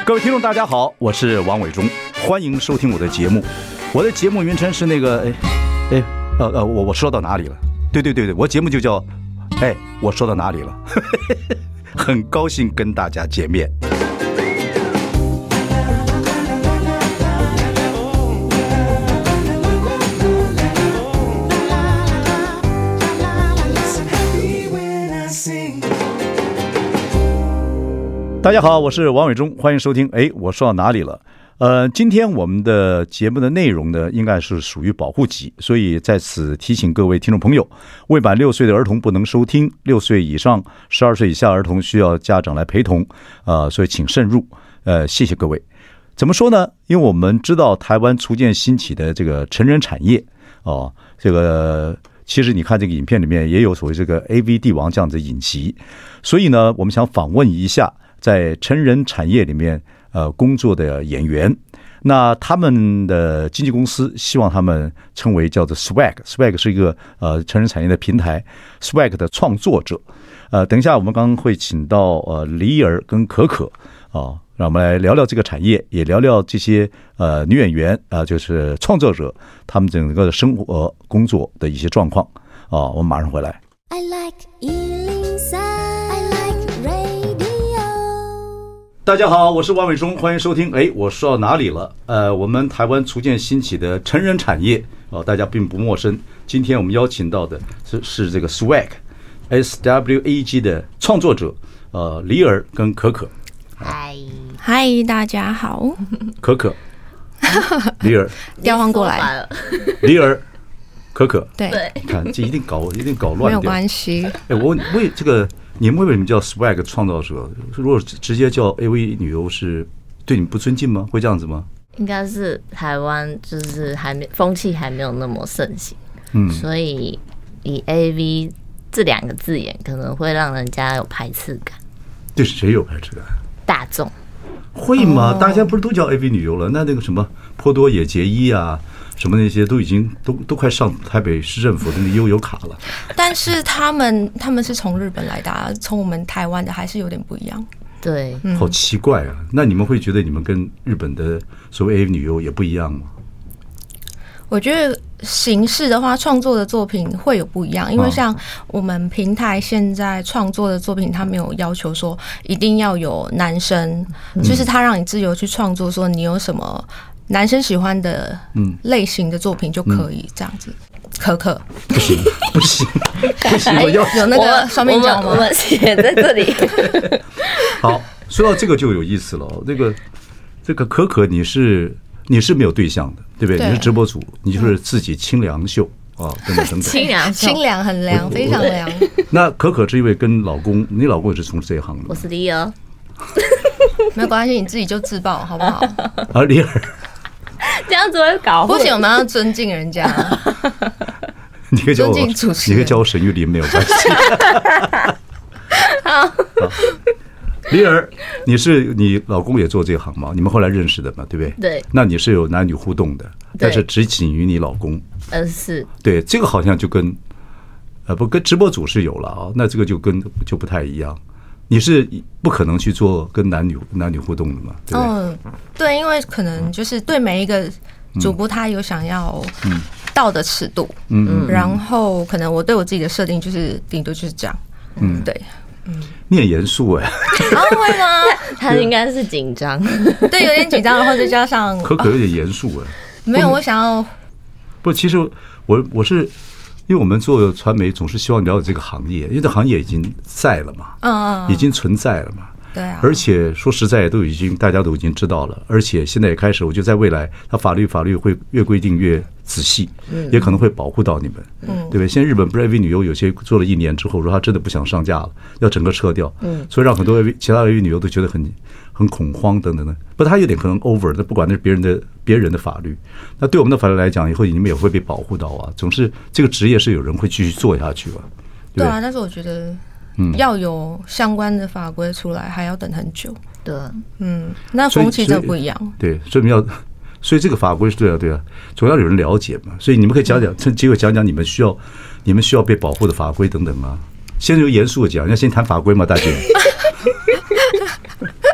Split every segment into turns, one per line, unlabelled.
各位听众大家好，我是王伟忠，欢迎收听我的节目。我的节目名称是那个我说到哪里了？对，我节目就叫我说到哪里了？很高兴跟大家见面。大家好，我是王伟忠，欢迎收听。我说到哪里了？今天我们的节目的内容呢，应该是属于保护级，所以在此提醒各位听众朋友，未满6岁的儿童不能收听，6岁以上、12岁以下儿童需要家长来陪同，所以请慎入。谢谢各位。怎么说呢？因为我们知道台湾逐渐兴起的这个成人产业，这个其实你看这个影片里面也有所谓这个 AV 帝王这样子影集，所以呢，我们想访问一下在成人产业里面工作的演员，那他们的经纪公司希望他们称为叫做 Swag 是一个成人产业的平台 ，Swag 的创作者。等一下我们刚刚会请到李儿跟可可让我们来聊聊这个产业，也聊聊这些女演员就是创作者他们整个的生活工作的一些状况我们马上回来。I like 103, I like radio。 大家好，我是王伟忠，欢迎收听。我说到哪里了？我们台湾逐渐兴起的成人产业大家并不陌生。今天我们邀请到的是这个 Swag SWAG 的创作者李儿跟可可。
嗨，大家好。
可可，李儿
调换过来，
李儿，可可，
对，
你看这一定搞乱掉，
没有关系。
我为这个你们为什么叫 Swag 创造者？如果直接叫 AV 女优，是对你们不尊敬吗？会这样子吗？
应该是台湾就是风气还没有那么盛行，所以以 AV 这2个字眼可能会让人家有排斥感。
对谁有排斥感？
大众
会吗？大家不是都叫 AV 女优了？那个什么波多野结衣啊，什么那些都已经都快上台北市政府的那悠游卡了。
但是他们是从日本来的，从我们台湾的还是有点不一样。
对，
好奇怪啊！那你们会觉得你们跟日本的所谓 AV 女优也不一样吗？我
觉得形式的话，创作的作品会有不一样，因为像我们平台现在创作的作品，它没有要求说一定要有男生，就是它让你自由去创作，说你有什么男生喜欢的类型的作品就可以这样子。可可
不行，
有那个双面胶吗？
我们写在这里。
好，说到这个就有意思了。这个可可你是没有对象的，对不对？你是直播主，你就是自己清凉秀等等。
清凉
很凉，非常凉。
那可可是因为跟老公，你老公也是从事这一行的。
我是李儿。
没有关系，你自己就自爆好不好？
李儿，
这样子会搞混。
不行，我们要尊敬人家。
你可以叫我，
尊敬主持人，
你可以叫我沈玉琳，没有关系。好。李儿，你老公也做这行吗？你们后来认识的嘛，对不对？
对。
那你是有男女互动的，但是只仅于你老公。
是。
对，这个好像就跟跟直播主是有了那这个就不太一样。你是不可能去做跟男女互动的嘛，对不对？
对，因为可能就是对每一个主播他有想要到的尺度，然后可能我对我自己的设定就是顶多就是这样，对。
你很严肃会
吗？
他应该是紧张，
对，有点紧张，然后再加上
可有点严肃
没有，我想要
不，其实我是因为我们做传媒总是希望了解这个行业，因为这行业已经在了嘛，已经存在了嘛。
对啊，
而且说实在大家都已经知道了，而且现在也开始，我觉得在未来，它法律会越规定越仔细，也可能会保护到你们，对不对？现在日本不是 AV 女优有些做了1年之后，说她真的不想上架了，要整个撤掉，所以让很多其他 AV 女优都觉得很恐慌等等的。不，她有点可能 over， 那不管那是别人的法律，那对我们的法律来讲，以后你们也会被保护到总是这个职业是有人会继续做下去
对啊，但是我觉得要有相关的法规出来，还要等很久。
对，
那风气真的不一样。
对，所以这个法规对啊，总要有人了解嘛。所以你们可以趁机会讲讲你们需要被保护的法规等等啊。先由严肃的讲，要先谈法规嘛，大姐。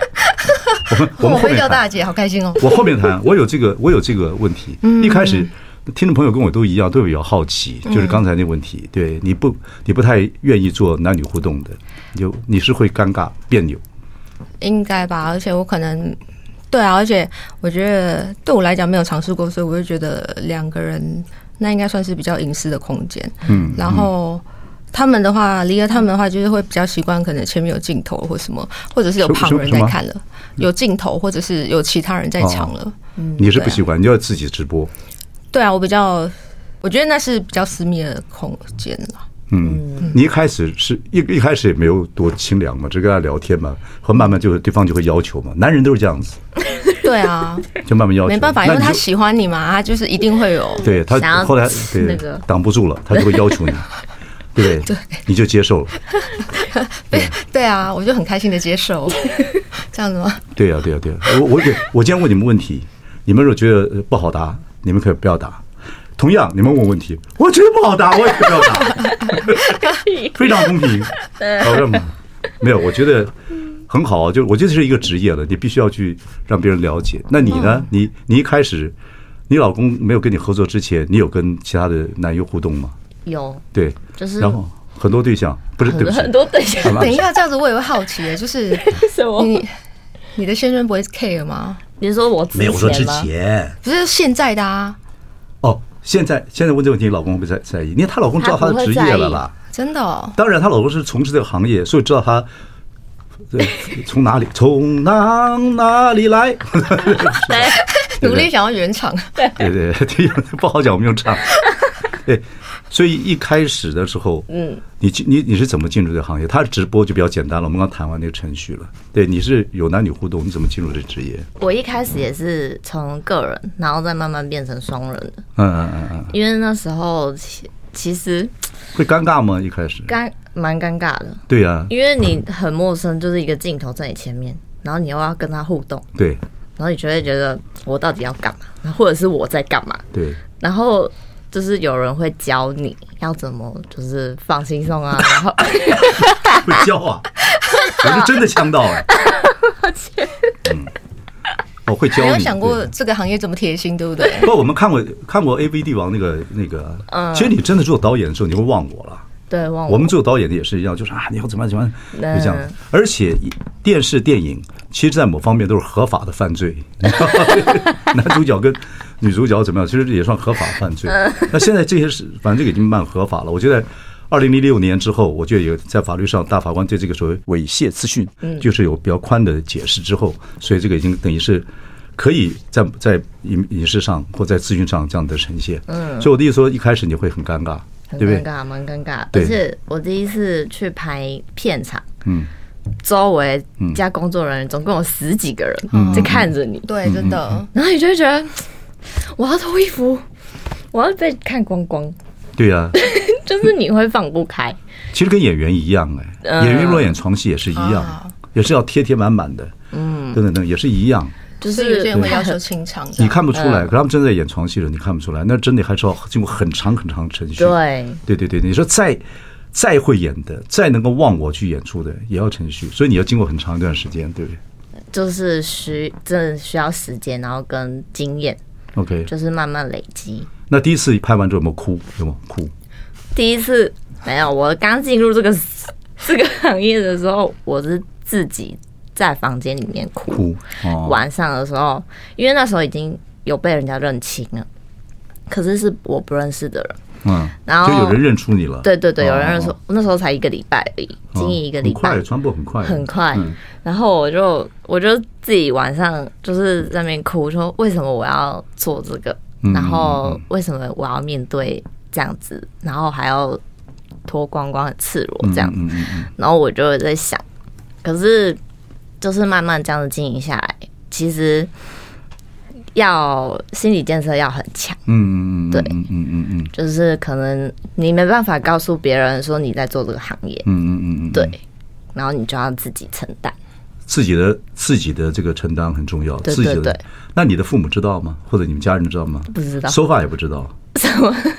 我们后面
被叫大姐，好开心哦。
我后面谈，我有这个问题。一开始听众朋友跟我都一样，都比较好奇，就是刚才那个问题。对，你不太愿意做男女互动的，你是会尴尬别扭。
应该吧，而且我可能对啊，而且我觉得对我来讲没有尝试过，所以我就觉得两个人那应该算是比较隐私的空间。然后他们的话，离了他们的话，就是会比较习惯，可能前面有镜头或什么，或者是有旁人在看了，有镜头或者是有其他人在场了。
你是不习惯，你要自己直播。对
啊，我觉得那是比较私密的空间了。
你一开始是一开始也没有多清凉嘛，只跟他聊天嘛，后慢慢对方就会要求嘛，男人都是这样子。
对啊，
就慢慢要求，
没办法，因为他喜欢你嘛，他就是一定会有。
对他后来对挡不住了，他就会要求你，对不对？你就接受了。
对啊，我就很开心的接受，这样子吗？
对啊。我今天问你们问题，你们如果觉得不好答，你们可以不要答。同样，你们问问题，我觉得不好答，我也不要答，非常公平。好的吗？没有，我觉得很好啊。就我觉得这是一个职业了，你必须要去让别人了解。那你呢？你一开始，你老公没有跟你合作之前，你有跟其他的男优互动吗？
有。
对，
就是
然后很多对象，不是对不起，
很多对象。
等一下，这样子我也会好奇的，就是
什么？
你的先生不会 care 吗？
你是说我之前吗？
没有说之前，
不是现在的啊。
哦。现在问这个问题，老公会不会在意？因为她老公知道她的职业了啦，
真的哦。
当然，她老公是从事这个行业，所以知道她从哪里来。
努力想要原唱。
对，不好讲，我们用唱。对，所以一开始的时候，你是怎么进入这个行业？他直播就比较简单了，我们刚谈完那个程序了。对，你是有男女互动，你怎么进入这职业？
我一开始也是从个人，然后再慢慢变成双人的。因为那时候其实
会尴尬吗？一开始
蛮尴尬的。
对啊，
因为你很陌生，就是一个镜头在你前面，然后你又要跟他互动。
对，
然后你就会觉得我到底要干嘛，或者是我在干嘛？
对，
然后。就是有人会教你要怎么就是放轻松啊，然后
会教啊，我是真的呛到哎，
抱歉，
我会教你。
没有想过这个行业这么贴心，对不对？
不，我们看过 AV 帝王那个，其实你真的做导演的时候，你会忘我了。
对，忘
我们做导演的也是一样，就是你要怎么就这样。而且电视电影其实，在某方面都是合法的犯罪。男主角跟女主角怎么样，其实也算合法犯罪。那现在这些是，反正这个已经蛮合法了。我觉得2006年之后，我觉得有在法律上，大法官对这个所谓猥亵资讯，就是有比较宽的解释之后，所以这个已经等于是可以在影视上或在资讯上这样的呈现。所以我的意思说，一开始你会很尴尬。
很尴尬，蛮尴尬。而且我第一次去拍片场，周围加工作人员总共有10几个人在看着你，
对，真的。
然后你就会觉得我要脱衣服，我要被看光光。
对啊，
就是你会放不开。
其实跟演员一样演员如果演床戏也是一样，也是要贴满满的，等也是一样。
就是有些人会要求清场，
你看不出来，可他们真的在演床戏了，你看不出来，那真的还是要经过很长程序。对，你说再会演的，再能够忘我去演出的，也要程序，所以你要经过很长一段时间，对不对？
就是真的需要时间，然后跟经验
，OK，
就是慢慢累积。
那第一次拍完之后有没有哭？
第一次没有，我刚进入这个行业的时候，我是自己在房间里面哭。晚上的时候，因为那时候已经有被人家认清了，可是我不认识的人，然后
就有人认出你了。对，
有人认出。那时候才1个礼拜而已，经营1个礼拜，
很快，传播很快。
然后我就自己晚上就是在那边哭，说为什么我要做这个，然后为什么我要面对这样子，然后还要脱光光很赤裸这样，然后我就在想，可是就是慢慢这样子经营下来，其实要心理建设要很强，对，就是可能你没办法告诉别人说你在做这个行业，对，然后你就要自己承担，自
己的这个承担很重要，
对，
自己的。那你的父母知道吗？或者你们家人知道吗？
不知道，
说话也不知道。
什么？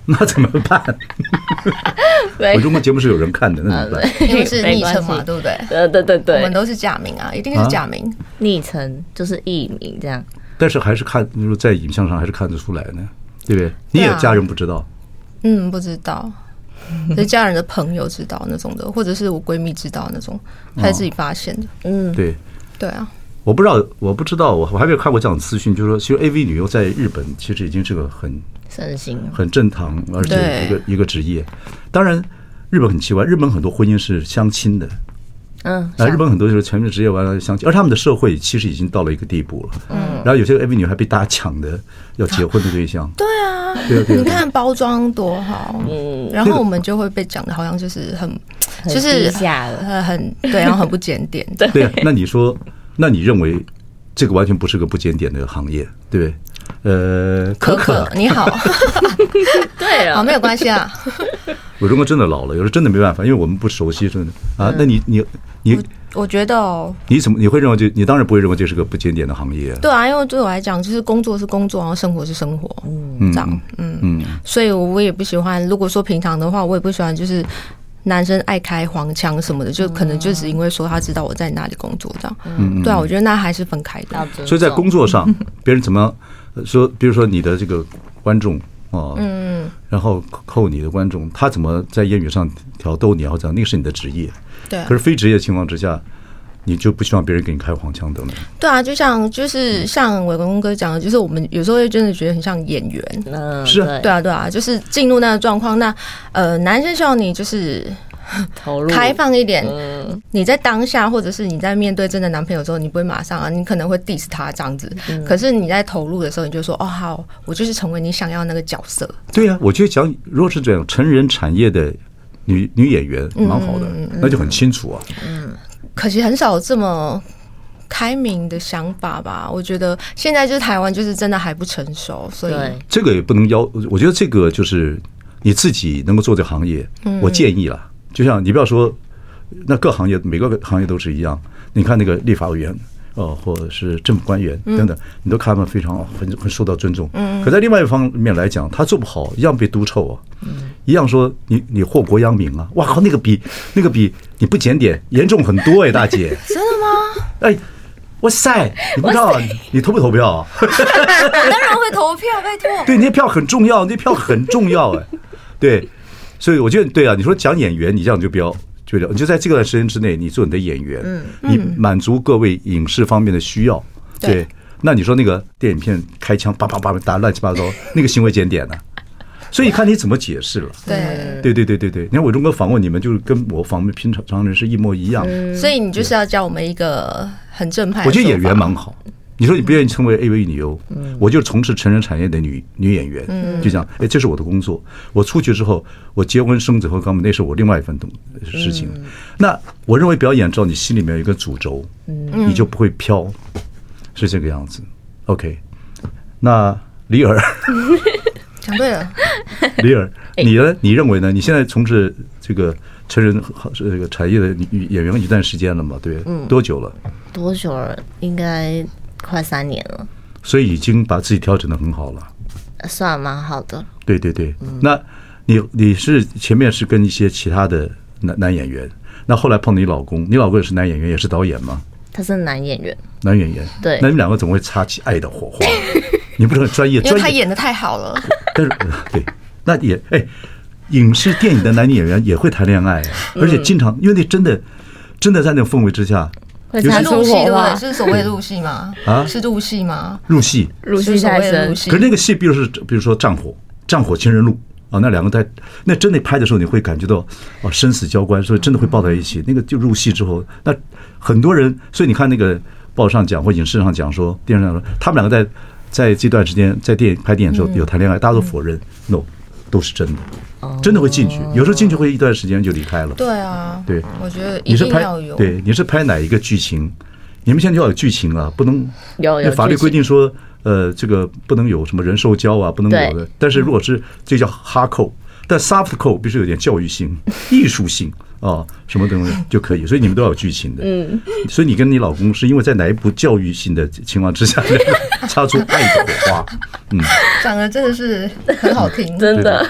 那怎么办？我中国节目是有人看的，那怎么办？
因为是昵称嘛，对不对？
对，
我们都是假名啊，一定是假名，
昵称就是艺名这样。
但是还是看，就是在影像上还是看得出来呢，对不对？你也家人不知道？
不知道，是家人的朋友知道那种的，或者是我闺蜜知道那种，她自己发现的。对啊。
我不知道，我还没有看过这样的资讯，就是说，其实 AV 女优在日本其实已经是个很
盛行、
很正常，而且一个职业。当然，日本很奇怪，日本很多婚姻是相亲的。日本很多就是全面职业完了相亲，而他们的社会其实已经到了一个地步了。然后有些 AV 女还被大家抢的要结婚的对象。
对啊，你看包装多好，然后我们就会被讲的好像就是就是很对，然后很不检点。
对啊，那你认为这个完全不是个不检点的行业，对不对？可
你好，
对啊，
好，没有关系啊。
我如果真的老了，有时候真的没办法，因为我们不熟悉，真的啊。那你，
我觉得
你会认为你当然不会认为这是个不检点的行业。
对啊，因为对我来讲，就是工作是工作，然后生活是生活，这样，所以我也不喜欢。如果说平常的话，我也不喜欢，就是男生爱开黄腔什么的，就可能就只因为说他知道我在哪里工作这样。对啊，我觉得那还是分开的。
所以在工作上，别人怎么说？比如说你的这个观众。然后扣你的观众，他怎么在言语上挑逗你，然后这样，那个是你的职业。
对。
可是非职业的情况之下，你就不希望别人给你开黄腔等等。
对啊，就是像伟公哥讲的，就是我们有时候会真的觉得很像演员。
是啊。
对啊，就是进入那个状况，那男生希望你就是
投入
开放一点。你在当下或者是你在面对真的男朋友之后，你不会马上啊，你可能会 diss 他这样子。可是你在投入的时候，你就说哦好，我就是成为你想要那个角色。
对啊，我觉得讲如果是这样，成人产业的女演员蛮好的，那就很清楚啊。
可惜很少这么开明的想法吧。我觉得现在就是台湾就是真的还不成熟，所以
这个也不能我觉得这个就是你自己能够做这个行业，我建议啦。就像你不要说，那各行业每个行业都是一样。你看那个立法委员或者是政府官员等等，你都看他们非常很受到尊重。可在另外一方面来讲，他做不好一样被督臭啊，一样说你祸国殃民啊！哇靠，那个比你不检点严重很多大姐。
真的吗？
哎。哇塞！你不知道你投不投票啊？
当然会投票，拜托。
对，那票很重要，那票很重要哎。对，所以我觉得对啊。你说讲演员，你这样就不要，你就在这段时间之内，你做你的演员，你满足各位影视方面的需要。对，那你说那个电影片开枪叭叭叭打乱七八糟，那个行为检点呢？所以看你怎么解释了。对，你看伟忠哥访问你们，就是跟我访问平常人是一模一样。
所以你就是要教我们一个很正派的。
我觉得演员蛮好。你说你不愿意成为 AV 女优，我就从事成人产业的女演员，就这样。哎，这是我的工作。我出去之后，我结婚生子后，那是我另外一份事情。那我认为表演，只要你心里面有一个主轴，你就不会飘，是这个样子。OK， 那李尔。
讲对了，
李尔，你呢？你认为呢？你现在从事这个成人这个产业的演员一段时间了嘛？对，多久了？
多久了？应该快3年了。
所以已经把自己调整得很好了，
算蛮好的。对，
那你是前面是跟一些其他的男演员，那后来碰到你老公也是男演员，也是导演吗？
他是男演员。对，
那你们两个怎么会擦起爱的火花？你不是很专业？
因为他演得太好了。
但是对，那也影视电影的男女演员也会谈恋爱，而且经常因为那真的在那个氛围之下，
会擦出火花。
是所谓入戏吗？是入戏吗？
入戏
太深。
可是那个戏，比如说战火情人录啊，那两个那真的拍的时候，你会感觉到生死交关，所以真的会抱在一起。那个就入戏之后，那很多人，所以你看那个报上讲或影视上讲说，电视上说他们两个在这段时间在拍电影的时候有谈恋爱，大家都否认 ，no， 都是真的，真的会进去，有时候进去会一段时间就离开了。
对啊，
对，
我觉得一定要有。
对，你是拍哪一个剧情？你们现在就要有剧情啊，不能
有
法律规定说，这个不能有什么人兽交啊，不能有的。但是如果是这叫哈扣，但 soft 扣必须有点教育性、艺术性啊，什么东西就可以。所以你们都要有剧情的。所以你跟你老公是因为在哪一部教育性的情况之下擦出爱的火花？
讲的真的是很好听，
真的。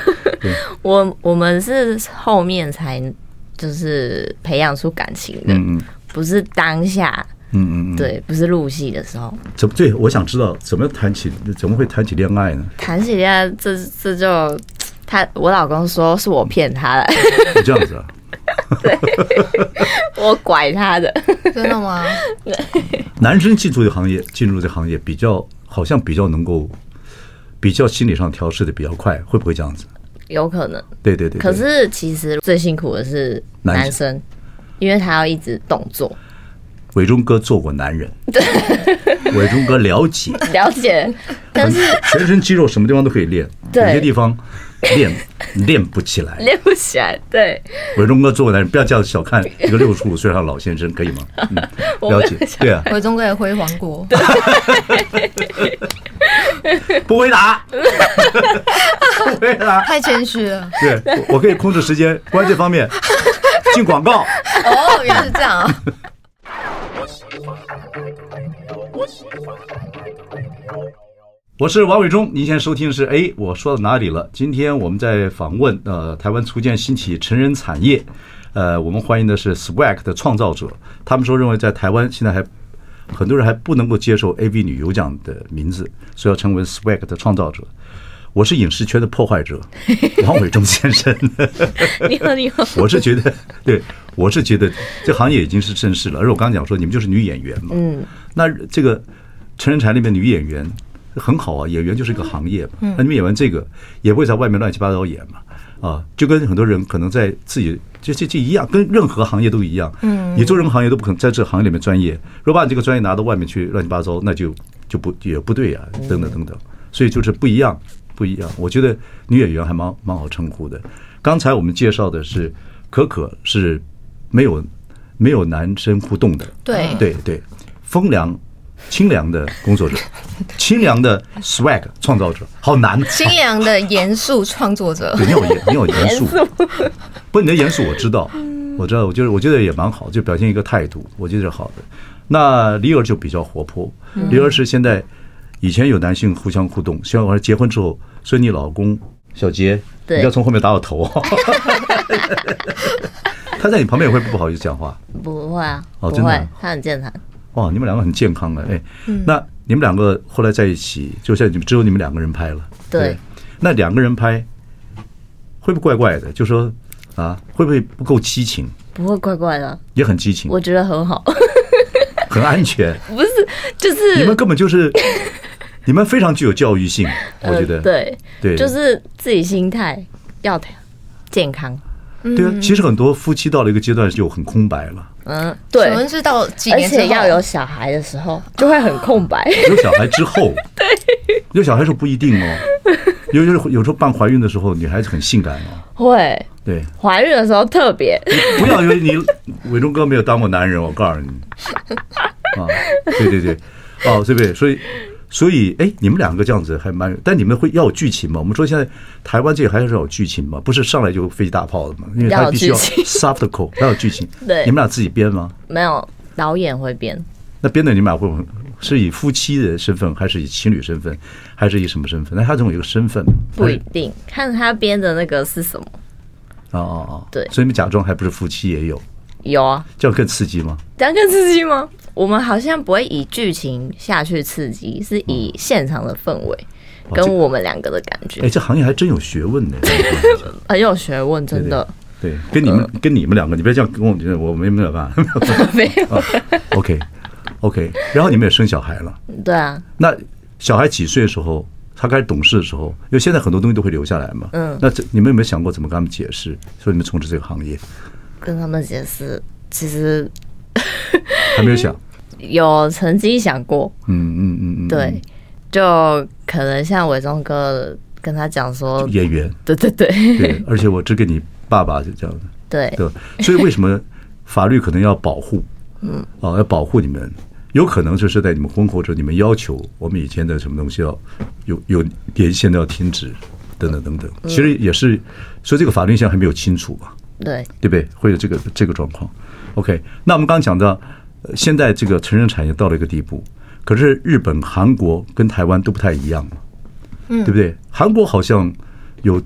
我们是后面才就是培养出感情的，不是当下。对，不是入戏的时候。
对，我想知道怎么会谈起恋爱呢？
谈起恋爱，这就我老公说是我骗他的。
这样子啊？
对，我拐他的。
真的吗？
男生进入这行业好像比较能够比较心理上调试的比较快，会不会这样子？
有可能。
对。
可是其实最辛苦的是男生，因为他要一直动作。
伟忠哥做过男人，伟忠哥了解，
但是
全身肌肉什么地方都可以练，有些地方练不起来，
对。
伟忠哥做过男人，不要这样小看一个65岁的老先生，可以吗？了解，对啊。
伟忠哥也辉煌过，
不回答，不回答，
太谦虚了。
对，我可以控制时间，关于这方面进广告。
哦，原来是这样啊。
我是王伟忠，您现在收听的是我说到哪里了？今天我们在访问台湾逐渐兴起成人产业，我们欢迎的是 Swag 的创造者。他们说认为在台湾现在很多人还不能够接受 AV 女优这样的名字，所以要成为 Swag 的创造者。我是影视圈的破坏者，王伟忠先生。
你好。
我是觉得这行业已经是正式了，而我刚刚讲说你们就是女演员嘛，那这个成人产业里面女演员很好啊，演员就是一个行业嘛，那你们演完这个也不会在外面乱七八糟演嘛，就跟很多人可能在自己这一样，跟任何行业都一样，你做任何行业都不可能在这个行业里面专业，如果把你这个专业拿到外面去乱七八糟，那就也不对啊，等等，所以就是不一样。我觉得女演员还蛮好称呼的。刚才我们介绍的是可可是没有男生互动的，对，风凉清凉的工作者，清凉的 swag 创造者，好难。
清凉的严肃创作者，
对，你有严肃，不，你的严肃我知道，我觉得也蛮好，就表现一个态度，我觉得是好的。那梨儿就比较活泼，梨儿是现在以前有男性互相互动，希望我结婚之后，所以你老公小杰，你不要从后面打我头。他在你旁边也会不好意思讲话？
不会啊，
真的，
他很健谈。
哇，你们两个很健康的，那你们两个后来在一起，就像只有你们两个人拍了，
对。
那两个人拍会不会怪怪的？就说会不会不够激情？
不会怪怪的，
也很激情，
我觉得很好，
很安全。
不是，就是
你们根本就是。你们非常具有教育性，我觉得
对，就是自己心态要健康。
对啊，其实很多夫妻到了一个阶段就很空白了。
对，
请问是到几年之后？
而且要有小孩的时候就会很空白。
有小孩之后，对，有小孩时候不一定哦。有时候办怀孕的时候，女孩子很性感哦。
会，
对，
怀孕的时候特别。
不要以为你伟忠哥没有当过男人，我告诉你。对，对不对？所以，你们两个这样子还蛮，但你们要有剧情嘛？我们说现在台湾这个还是要有剧情嘛，不是上来就飞机大炮的嘛，因为它必须要 soft core， 要有剧情。
对，
你们俩自己编吗？
没有，导演会编。
那编的你们俩会是以夫妻的身份，还是以情侣身份，还是以什么身份？那他总有一个身份，
不一定看他编的那个是什么。对，
所以你们假装还不是夫妻也有
啊，
这样更刺激吗？
这样更刺激吗？我们好像不会以剧情下去刺激，是以现场的氛围跟我们两个的感觉。这
行业还真有学问呢，
很有学问，真的。
对，跟你们两个，你别这样跟我没有办法。
没有。
OK， 然后你们也生小孩了。
对啊。
那小孩几岁的时候，他开始懂事的时候，因为现在很多东西都会留下来嘛。那你们有没有想过怎么跟他们解释？说你们从事这个行业，
跟他们解释，其实
还没有想。
有曾经想过，对，就可能像伟忠哥跟他讲说，
演员，
对，
而且我只给你爸爸是这样的，
对，
所以为什么法律可能要保护，要保护你们，有可能就是在你们婚后之后，你们要求我们以前的什么东西要有连线都要停止，等等，其实也是，所以这个法律现在还没有清楚嘛，对不对？会有这个状况。OK， 那我们刚刚讲到。现在这个成人产业到了一个地步，可是日本、韩国跟台湾都不太一样嘛，对不对？韩国好像有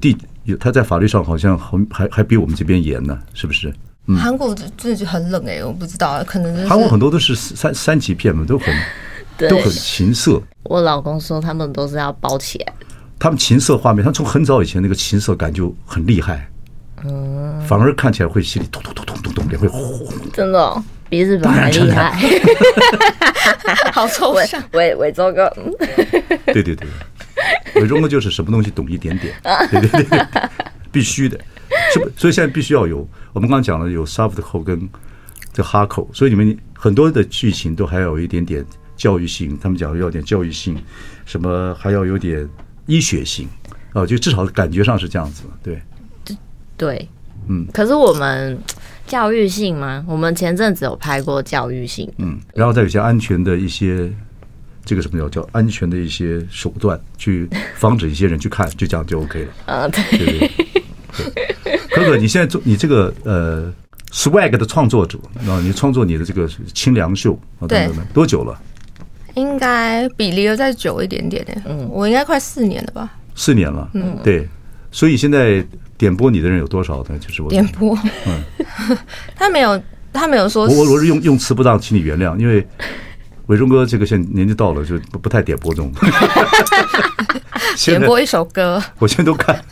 他在法律上好像还比我们这边严呢，是不是？
韩国真的很冷我不知道，可能
韩国很多都是三级片嘛，都很情色。
我老公说他们都是要包起来，
他们情色画面，他从很早以前那个情色感就很厉害，反而看起来会心里咚咚咚咚咚咚，脸会呼，
真的比日本还厉害，
好抽象。
伟忠哥，
对，伟忠哥就是什么东西懂一点点，对，必须的。所以现在必须要有，我们刚刚讲了有 soft core 跟这 hard core， 所以你们很多的剧情都还要有一点点教育性，他们讲要有点教育性，什么还要有点医学性就至少感觉上是这样子，
对，可是我们教育性吗？我们前阵子有拍过教育性，
然后再有一些安全的一些这个什么叫安全的一些手段，去防止一些人去看，就这样就 OK 了。对。可可，你现在做你这个swag 的创作者你创作你的这个清凉秀
对，
多久了？
应该比离儿再久一点点我应该快4年了吧
？4年了，对。所以现在点播你的人有多少呢？就是我
点播，他没有说，
我是用词不当，请你原谅，因为伟忠哥这个现在年纪到了，就不太点播这种。
点播一首歌，
我现在都看。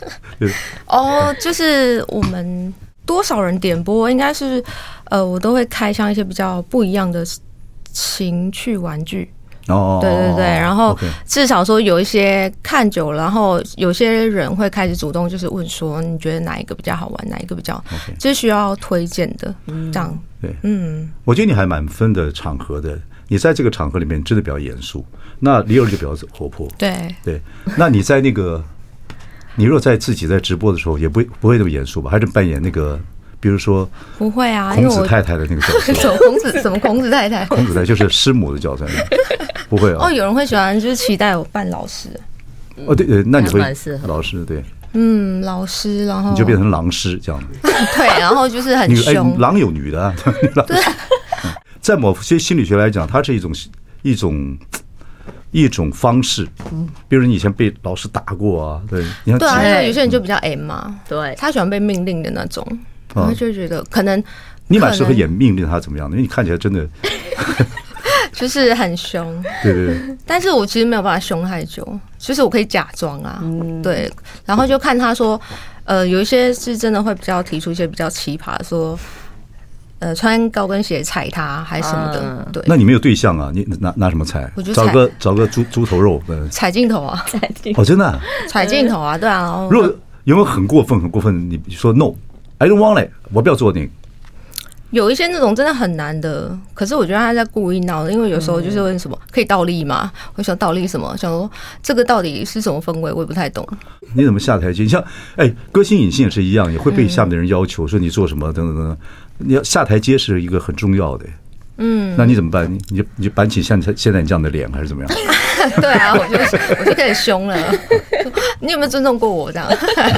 就是我们多少人点播，应该是我都会开箱一些比较不一样的情趣玩具。对，然后至少说有一些看久了，然后有些人会开始主动就是问说，你觉得哪一个比较好玩，哪一个比较，这是需要推荐的，这样。
对，我觉得你还蛮分的场合的。你在这个场合里面真的比较严肃，那离儿就比较活泼。
对，
那你在那个，你若在自己在直播的时候，也不会那么严肃吧？还是扮演那个，比如说
不会啊，
孔子太太的那个角色。
什么孔子太太？
孔子太太就是师母的角色，不会啊。
有人会喜欢，就是期待我扮老师。
对，那你会老师对。
老师，然后
你就变成狼师这样。
对，然后就是很凶。
狼有女的，对。在某些心理学来讲，它是一种方式。比如你以前被老师打过啊，对，你看
对啊，因为有些人就比较 M 嘛，
对，
他喜欢被命令的那种，他就觉得可能
你蛮适合演命令他怎么样的，因为你看起来真的
就是很凶，
对。
但是我其实没有办法凶太久，就是我可以假装啊，对，然后就看他说，有一些是真的会比较提出一些比较奇葩的说。穿高跟鞋踩他还是什么的，对。
那你没有对象啊？你拿什么踩？
我就
找个猪头肉，
踩镜头啊！
真的
踩镜头啊！对啊。
如果有没有很过分？你说 no，I don't want it， 我不要做你。
有一些那种真的很难的，可是我觉得他在故意闹的，因为有时候就是问什么可以倒立吗？我想倒立什么？想说这个到底是什么氛围，我也不太懂。
你怎么下台阶？像歌星影星也是一样，也会被下面的人要求说你做什么等等等等。你要下台阶是一个很重要的。那你怎么办？你就板起现在你这样的脸，还是怎么样？
对啊，我就开始凶了。你有没有尊重过我这样？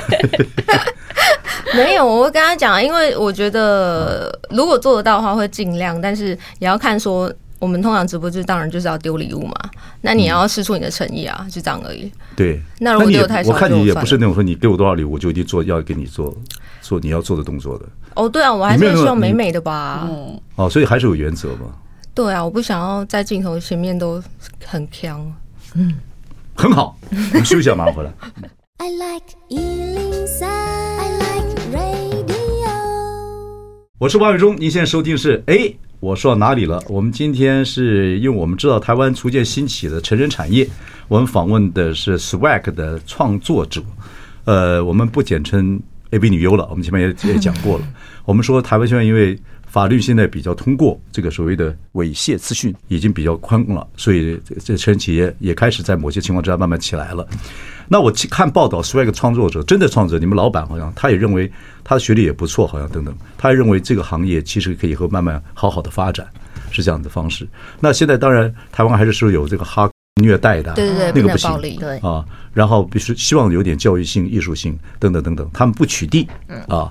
没有，我会跟他讲，因为我觉得如果做得到的话会尽量，但是也要看说我们通常直播就是当然就是要丢礼物嘛，那你要释出你的诚意啊，就这样而已。
对，
那如果丢太少，
我看你也不是那种说你给我多少礼物我就一定要给你做你要做的动作的。
对啊，我还是希望美美的吧。
所以还是有原则嘛。
对啊，我不想要在镜头前面都很呛。
很好，我们休息一下，马上回来。
I like 103, I like radio。
我是王伟忠，您现在收听是我说到哪里了？我们今天是因为我们知道台湾逐渐兴起的成人产业，我们访问的是 swag 的创作者。我们不简称 AV 女优了，我们前面也讲过了。我们说台湾现在因为法律现在比较通过这个所谓的猥亵资讯已经比较宽了，所以这成人企业也开始在某些情况之下慢慢起来了。那我看报道 swag 创作者，真的创作者，你们老板好像他也认为他的学历也不错，好像等等，他也认为这个行业其实可以以后慢慢好好的发展，是这样的方式。那现在当然台湾还是有这个哈虐待的，
对，
那个不行，
对
啊，然后必须希望有点教育性、艺术性等等等等，他们不取缔啊。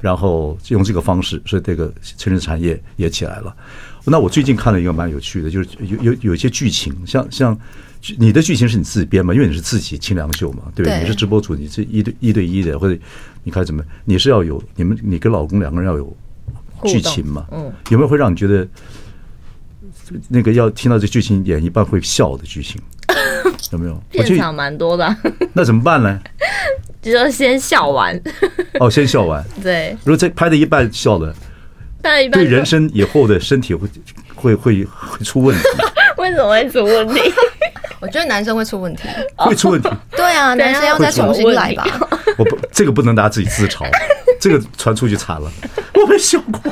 然后用这个方式，所以这个成人产业也起来了。那我最近看了一个蛮有趣的，就是有一些剧情，像你的剧情是你自己编嘛，因为你是自己清凉秀嘛，对不对？你是直播主，你是一对一的，或者你看怎么，你是要有你跟老公两个人要有剧情嘛？有没有会让你觉得那个要听到这剧情演一半会笑的剧情？有没有？
片场蛮多的啊。
那怎么办呢？
就是先笑完。
哦，先笑完。
对。
如果这拍的一半笑了，对人生以后的身体会出问题。
为什么会出问题？
我觉得男生会出问题，
会出问题。
对啊，男生要再重新来吧。
这个不能大家自己自嘲，这个传出去惨了。我被笑过，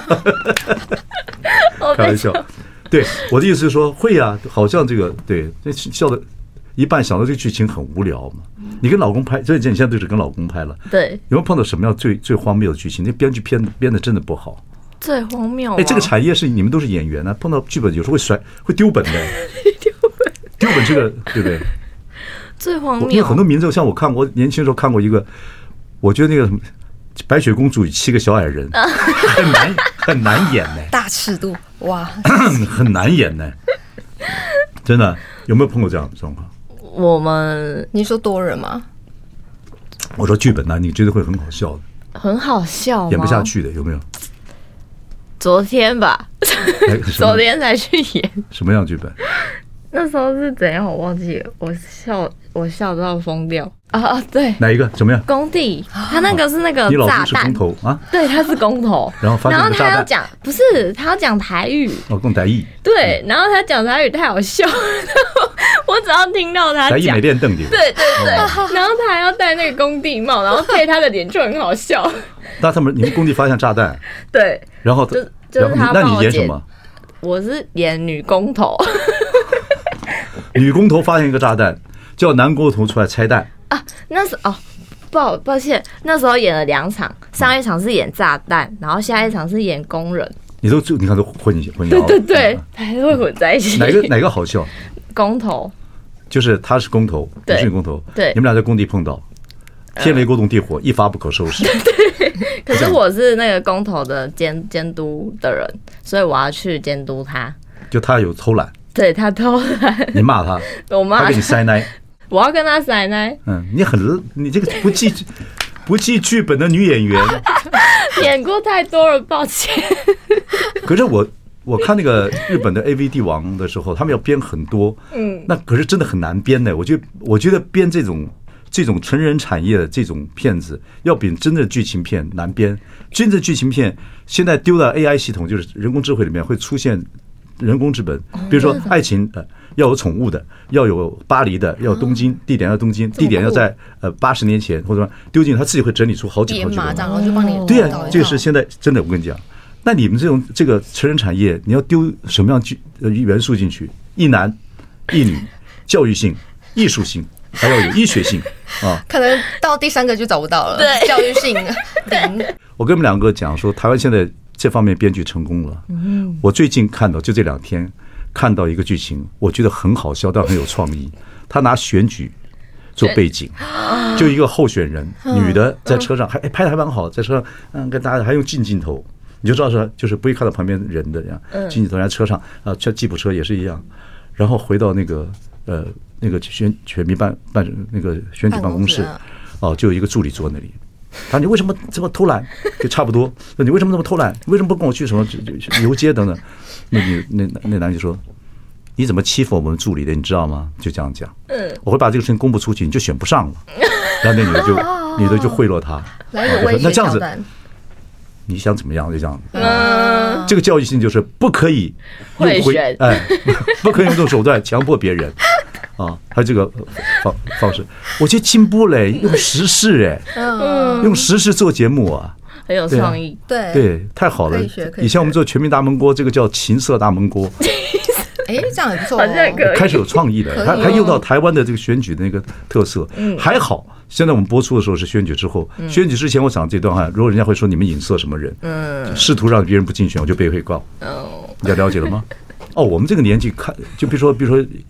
开玩笑。对，我的意思是说，会啊，好像这个对，笑的一半想到这个剧情很无聊嘛。你跟老公拍，所以你现在都是跟老公拍了，
对，
有没有碰到什么样最荒谬的剧情？那编剧编的真的不好。
最荒谬。
这个产业是你们都是演员啊，碰到剧本有时候会丢本的，丢本这个对不对？
最荒谬。
因为很多民众，像我年轻时候看过一个，我觉得那个什么白雪公主与7个小矮人，很难演呢，
大尺度哇，
很难演呢，真的。有没有碰过这样的状况？
你说多人吗？
我说剧本呢，你觉得会很好笑的？
很好笑吗？
演不下去的有没有？
昨天吧，昨天才去演。
什么样的剧本？
那时候是怎样我忘记了，我笑到疯掉啊！对，
哪一个怎么样？
工地，他那个是那个
你老
炸弹
公是公头啊？
对，他是公头。
然后
他要讲，不是他要讲台语
哦，讲台语。
对，然后他讲台语太好笑了，我只要听到他讲
台语没练凳的。
对，然后他还要戴那个工地帽，然后配他的脸就很好笑。
那你们工地发现炸弹？
对，
然后
就是他。
那你演什么？
我是演女工头。
女工头发现一个炸弹，叫男工头出来拆弹
啊！那是抱歉，那时候演了2场，上一场是演炸弹，然后下一场是演工人。你
看都混淆，
对，还会混在一起。
哪个好笑？
工头，
就是他是工头，你是女工头，
对，
你们俩在工地碰到，天雷勾动地火，一发不可收拾。
对，可是我是那个工头的监督的人，所以我要去监督他。
就他有偷懒。
对，他偷懒，你
骂他，
我骂他，
他给你塞奶，
我要跟他塞奶。
你这个不记剧本的女演员，
演过太多了，抱歉。
可是我看那个日本的 AV 帝王的时候，他们要编很多，那可是真的很难编的。我觉得编这种成人产业的这种片子，要比真的剧情片难编。真的剧情片现在丢到 AI 系统，就是人工智慧里面会出现。人工之本，比如说爱情，要有宠物的，要有巴黎的，要有东京，地点要东京，地点要在80年前，或者说丢进他自己会整理出好几个。
然后就帮你。
对呀，这个是现在真的，我跟你讲，那你们这个成人产业，你要丢什么样元素进去？一男一女，教育性、艺术性，还要有医学性啊。
可能到第3个就找不到了。
对，
教育性零。
我跟你们2个讲说，台湾现在。这方面编剧成功了。我最近看到，就这2天看到一个剧情，我觉得很好笑，但很有创意。他拿选举做背景，就一个候选人，女的在车上，拍的还蛮好，在车上，跟大家还用近镜头，你就知道是就是不会看到旁边人的这样，近镜头在车上啊，这吉普车也是一样，然后回到那个选民办那个选举办公室，就有一个助理坐那里。他说你为什么这么偷懒？就差不多。你为什么这么偷懒？为什么不跟我去什么游街等等？那男就说：“你怎么欺负我们助理的？你知道吗？”就这样讲。我会把这个事情公布出去，你就选不上了。然后那女的就贿赂他。那这样子，你想怎么样？就这样。这个教育性就是不可以用不可以用这种手段强迫别人。还有这个方式，我觉得进步嘞，用时事用时事做节目啊，
很有创意，
对，太好了。以前我们做全民大闷锅，这个叫情色大闷锅，
这样也不错，
开始有创意了，还用到台湾的这个选举的那个特色，还好。现在我们播出的时候是选举之后，选举之前我讲这段话，如果人家会说你们影射什么人，试图让别人不竞选，我就被会告。你了解了吗？我们这个年纪看，就比如说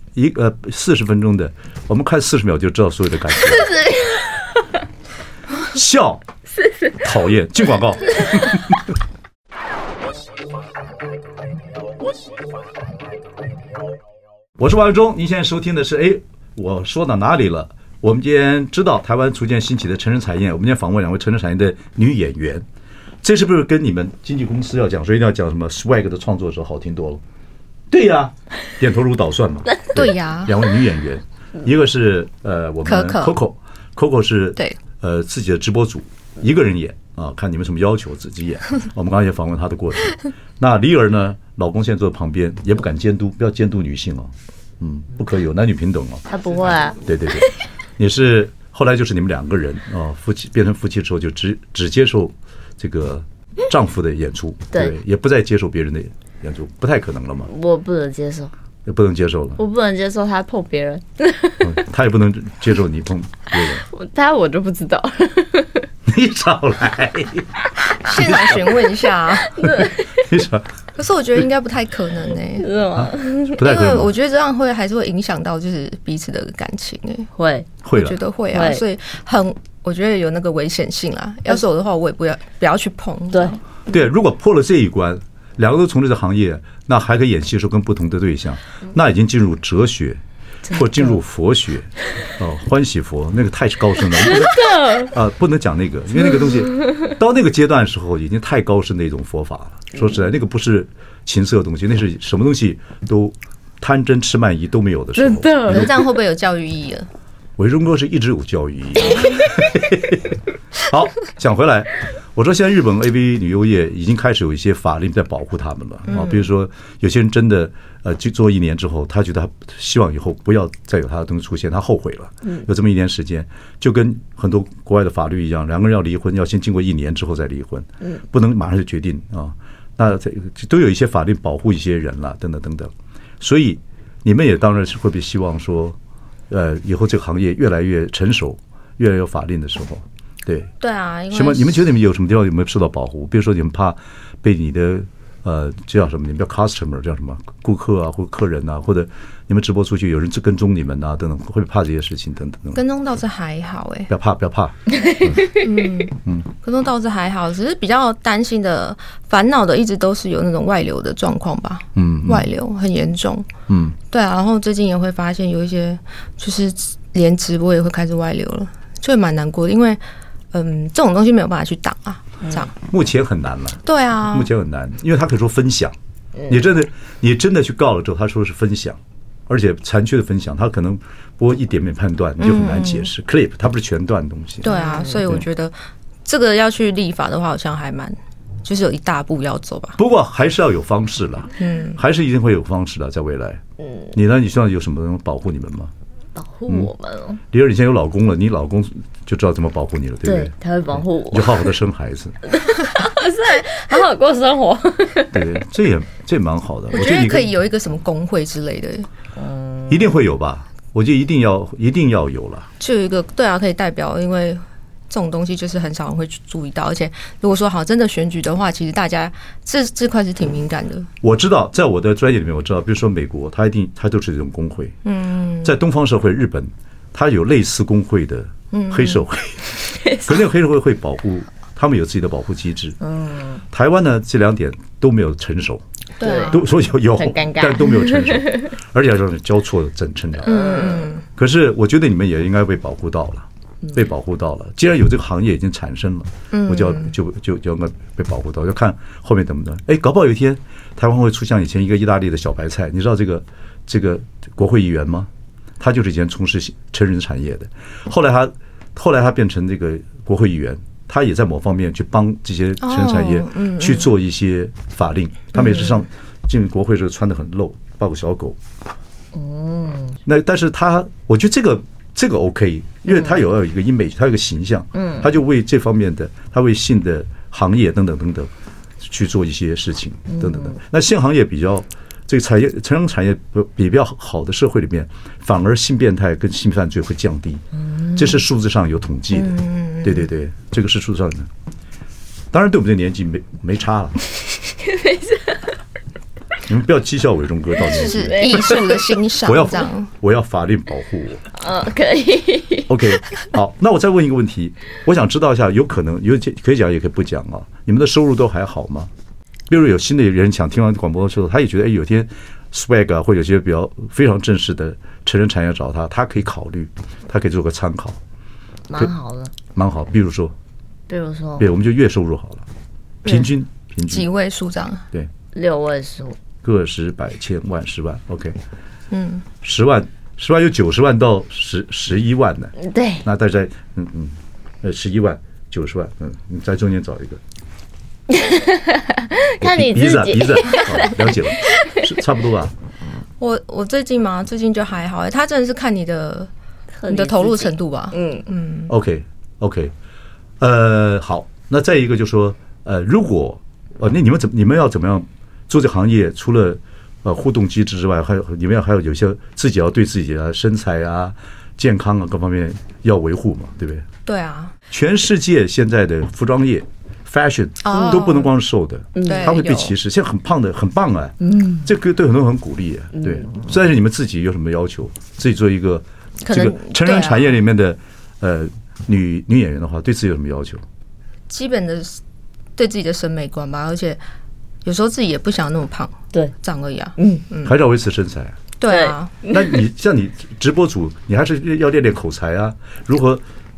40分钟的，我们看40秒就知道所有的感觉。笑讨厌，进广告。我是王伟忠，您现在收听的是我说到哪里了？我们今天知道台湾逐渐兴起的成人产业，我们今天访问2位成人产业的女演员，这是不是跟你们经纪公司要讲说一定要讲什么 swag 的创作的时候好听多了？对呀，点头如捣蒜嘛。
对呀
，2位女演员，一个是我们 Coco 是
对
自己的直播主，一个人演啊，看你们什么要求自己演。我们刚才也访问她的过程。那李儿呢，老公现在坐在旁边，也不敢监督，不要监督女性哦，不可以有男女平等哦。
他不会啊。
对，你是后来就是你们2个人啊，夫妻变成夫妻之后就只接受这个丈夫的演出，对，也不再接受别人的演出，不太可能了嘛。
我不能接受。
也不能接受了，
我不能接受他碰别人，
他也不能接受你碰别人，
我就不知道。
你少来，
现场询问一下啊。
你少，
可是我觉得应该不太可能
是吗？
不太可能，
因为我觉得这样还是会影响到就是彼此的感情
会，
我觉得会啊，所以我觉得有那个危险性啦。要是我的话，我也不要去碰。
对，如果破了这一关，2个都从事这行业，那还可以演戏的时候跟不同的对象，那已经进入哲学或进入佛学，欢喜佛那个太高深了，不能讲那个，因为那个东西到那个阶段的时候已经太高深的一种佛法了。说实在，那个不是情色的东西，那是什么东西都贪嗔痴慢疑都没有的时候。
真的，这样会不会有教育意义了？
伟忠哥是一直有教育意义。好，讲回来，我说现在日本 AV 女优业已经开始有一些法令在保护他们了啊，比如说有些人真的去做1年之后，他觉得他希望以后不要再有他的东西出现，他后悔了，有这么1年时间，就跟很多国外的法律一样，2个人要离婚要先经过1年之后再离婚，不能马上就决定啊。那都有一些法律保护一些人了，等等等等。所以你们也当然是会不会希望说，以后这个行业越来越成熟，越来越有法令的时候。对
啊，因为
什么？你们觉得你们有什么地方有没有受到保护？比如说你们怕被你的这叫什么？你们叫 customer 叫什么？顾客啊，或者客人啊，或者你们直播出去有人跟踪你们啊，等等，会不会怕这些事情等等？
跟踪倒是还好
不要怕，不要怕。
跟踪倒是还好，只是比较担心的、烦恼的，一直都是有那种外流的状况吧。外流很严重。对啊，然后最近也会发现有一些，就是连直播也会开始外流了，就会蛮难过的，因为。这种东西没有办法去挡啊，这样
目前很难了。
对啊，
目前很难，因为他可以说分享，你真的去告了之后，他说是分享，而且残缺的分享，他可能不会一点点判断，你就很难解释。clip 它不是全段的东西。
对啊，所以我觉得这个要去立法的话，好像还就是有一大步要走吧。
不过还是要有方式了，还是一定会有方式的，在未来。你呢？你希望有什么能保护你们吗？
保护我们哦。
李儿，你现在有老公了，你老公就知道怎么保护你了，对不对？
他会保护我，
你就好好的生孩子，
好好过生活。
对，这也蛮好的。
我觉得可以有一个什么工会之类的，
一定会有吧？我觉得一定要有了。
就有一个对啊，可以代表，因为这种东西就是很少人会去注意到，而且如果说好真的选举的话，其实大家这块是挺敏感的。我知道，在我的专业里面，我知道，比如说美国，它都是这种工会。在东方社会，日本它有类似工会的黑社会，可是那个黑社会会保护，他们有自己的保护机制。台湾呢，这2点都没有成熟，都说有，但都没有成熟，而且让人交错的成长。可是我觉得你们也应该被保护到了。既然有这个行业已经产生了，我就应该被保护到，要看后面怎么的。搞不好有一天台湾会出现以前一个意大利的小白菜，你知道这个国会议员吗？他就是以前从事成人产业的，后来他变成这个国会议员，他也在某方面去帮这些成人产业去做一些法令。他每次进国会时候穿得很露，抱个小狗。那但是我觉得这个 OK， 因为他有一个 image， 他有一个形象，他就为这方面的，他为性的行业等等等等去做一些事情，等等等。那性行业比较这个产业成人产业比较好的社会里面，反而性变态跟性犯罪会降低，这是数字上有统计的。对，这个是数字上的。当然对我们这年纪没差了。你们不要讥笑伟忠哥到年纪， 是艺术的欣赏。
我要法律保护我。
可以。
OK， 好，那我再问一个问题，我想知道一下，有可能可以讲也可以不讲啊，你们的收入都还好吗？例如有新的人想听完广播之后，他也觉得有天 swag 啊，或有些比较非常正式的成人产业找他可以考虑，他可以做个参考，
蛮好的，
蛮好。比如说，对，我们就月收入好了，平均
几位数这样？
对
，6位数，
个十百千万10万 ，OK， 10万有90万到11万呢，
对，
那大概11万90万，你在中间找一个。
看你自己
鼻子，好，了解了，是差不多吧。
我最近就还好，他真的是看你的投入程度吧。
OK， 好，那再一个就说，如果那你们要怎么样做这行业？除了互动机制之外，你们还有些自己要对自己的身材啊、健康啊各方面要维护嘛，对不对？
对啊，
全世界现在的服装业。fashion 都不能光是瘦的，他会被歧视。现在很胖的很棒啊，这个对很多人很鼓励。对，但是你们自己有什么要求？自己做一个这个成人产业里面的女演员的话，对自己有什么要求？基本的
对自己的审美观吧，而且有时候自己也不想那么胖，
对，
这样而已啊。
还是要维持身材。
对啊，
那你像你直播主，你还是要练练口才啊，如何？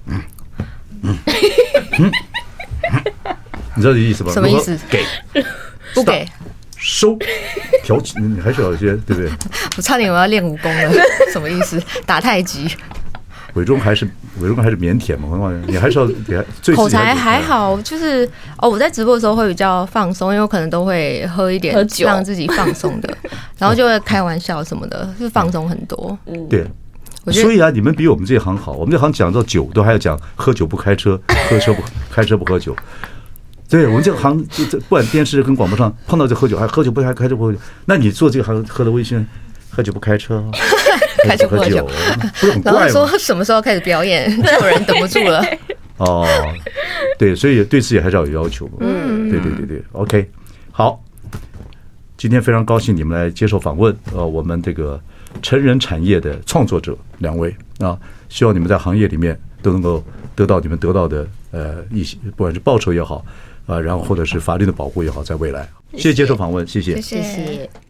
你知道这意思吧？
什么意思？
给
不给
收调起，你还是有一些对不对？
我差点我要练武功了，什么意思？打太极。
伟忠还是腼腆嘛，你还是要给他
口才还好，就是我在直播的时候会比较放松，因为我可能都会喝一点酒让自己放松的，然后就会开玩笑什么的，就放松很多。
对。所以啊，你们比我们这行好。我们这行讲到酒，都还要讲喝酒不开车，开车不喝酒。对，我们这个行，不管电视跟广播上碰到这喝酒，还喝酒不开车不喝酒。那你做这个行喝的微醺，喝酒不开车，
开车不喝酒，
不是很怪吗？
然后说什么时候开始表演，就有人等不住了。
对，所以对自己还是要有要求。对 ，OK， 好，今天非常高兴你们来接受访问。我们这个成人产业的创作者2位啊，希望你们在行业里面都能够得到你们得到的一些，不管是报酬也好然后或者是法律的保护也好，在未来。谢谢接受访问，谢谢。
谢谢。